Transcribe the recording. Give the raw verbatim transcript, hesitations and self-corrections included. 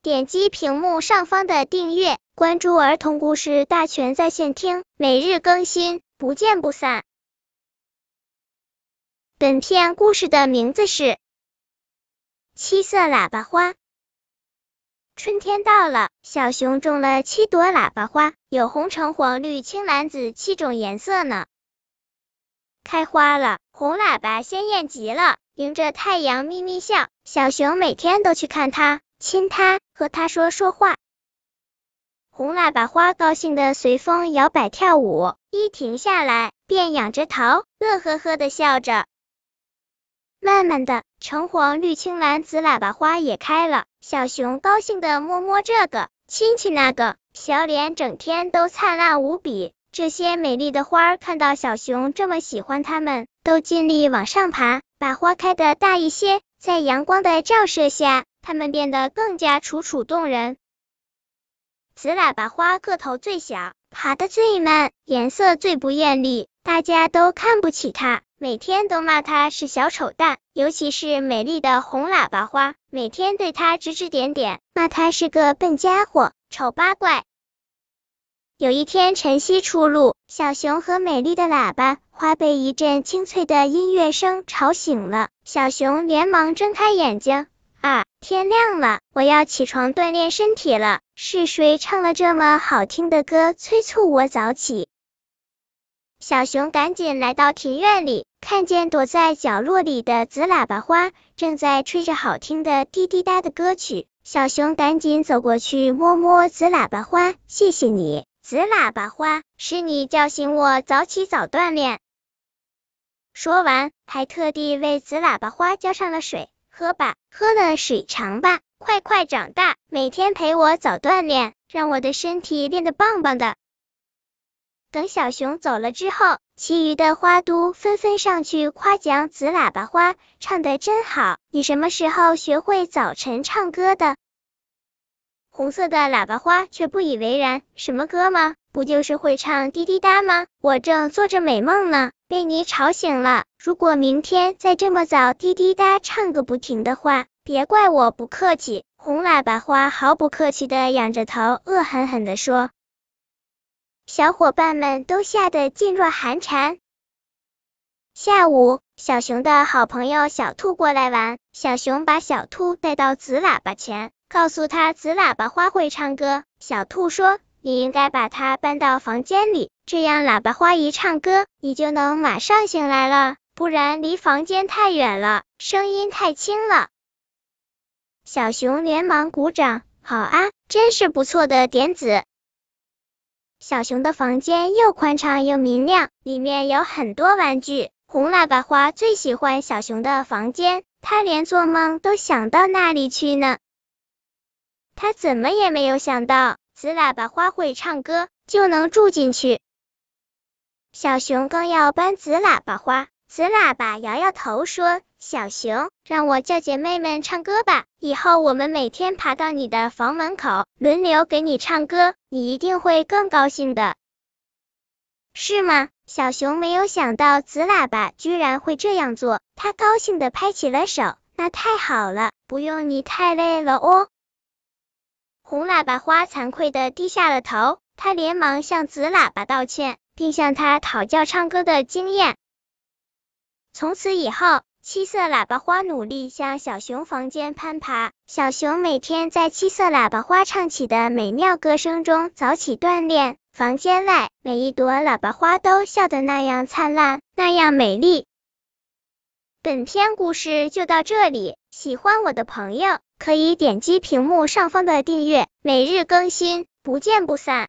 点击屏幕上方的订阅，关注儿童故事大全在线听，每日更新，不见不散。本片故事的名字是七色喇叭花。春天到了，小熊种了七朵喇叭花，有红橙黄绿青蓝紫七种颜色呢。开花了，红喇叭鲜艳极了，迎着太阳咪咪笑，小熊每天都去看它，亲它，和它说说话。红喇叭花高兴的随风摇摆跳舞，一停下来便仰着头，乐呵呵的笑着。慢慢的，橙黄绿青蓝紫喇叭花也开了，小熊高兴的摸摸这个，亲亲那个，小脸整天都灿烂无比。这些美丽的花看到小熊这么喜欢它们，都尽力往上爬，把花开得大一些，在阳光的照射下，它们变得更加楚楚动人。紫喇叭花个头最小，爬得最慢，颜色最不艳丽，大家都看不起它，每天都骂它是小丑蛋，尤其是美丽的红喇叭花，每天对它指指点点，骂它是个笨家伙，丑八怪。有一天晨曦出露，小熊和美丽的喇叭花被一阵清脆的音乐声吵醒了，小熊连忙睁开眼睛，啊，天亮了，我要起床锻炼身体了，是谁唱了这么好听的歌，催促我早起？小熊赶紧来到庭院里，看见躲在角落里的紫喇叭花正在吹着好听的滴滴答的歌曲，小熊赶紧走过去摸摸紫喇叭花，谢谢你，紫喇叭花，是你叫醒我早起早锻炼。说完，还特地为紫喇叭花浇上了水，喝吧，喝了水尝吧，快快长大，每天陪我早锻炼，让我的身体练得棒棒的。等小熊走了之后，其余的花都纷纷上去夸奖紫喇叭花，唱得真好，你什么时候学会早晨唱歌的？红色的喇叭花却不以为然，什么歌吗？不就是会唱滴滴答吗？我正做着美梦呢，被你吵醒了，如果明天再这么早滴滴答唱个不停的话，别怪我不客气。红喇叭花毫不客气的仰着头，恶狠狠地说。小伙伴们都吓得噤若寒蝉。下午，小熊的好朋友小兔过来玩，小熊把小兔带到紫喇叭前，告诉他紫喇叭花会唱歌。小兔说，你应该把它搬到房间里，这样喇叭花一唱歌，你就能马上醒来了，不然离房间太远了，声音太轻了。小熊连忙鼓掌，好啊，真是不错的点子。小熊的房间又宽敞又明亮，里面有很多玩具。红喇叭花最喜欢小熊的房间，它连做梦都想到那里去呢。它怎么也没有想到，紫喇叭花会唱歌，就能住进去。小熊刚要搬紫喇叭花，紫喇叭摇摇头说，小熊，让我叫姐妹们唱歌吧，以后我们每天爬到你的房门口，轮流给你唱歌，你一定会更高兴的。是吗？小熊没有想到紫喇叭居然会这样做，他高兴地拍起了手，那太好了，不用你太累了哦。红喇叭花惭愧地低下了头，他连忙向紫喇叭道歉，并向他讨教唱歌的经验。从此以后，七色喇叭花努力向小熊房间攀爬，小熊每天在七色喇叭花唱起的美妙歌声中早起锻炼，房间外每一朵喇叭花都笑得那样灿烂，那样美丽。本篇故事就到这里，喜欢我的朋友可以点击屏幕上方的订阅，每日更新，不见不散。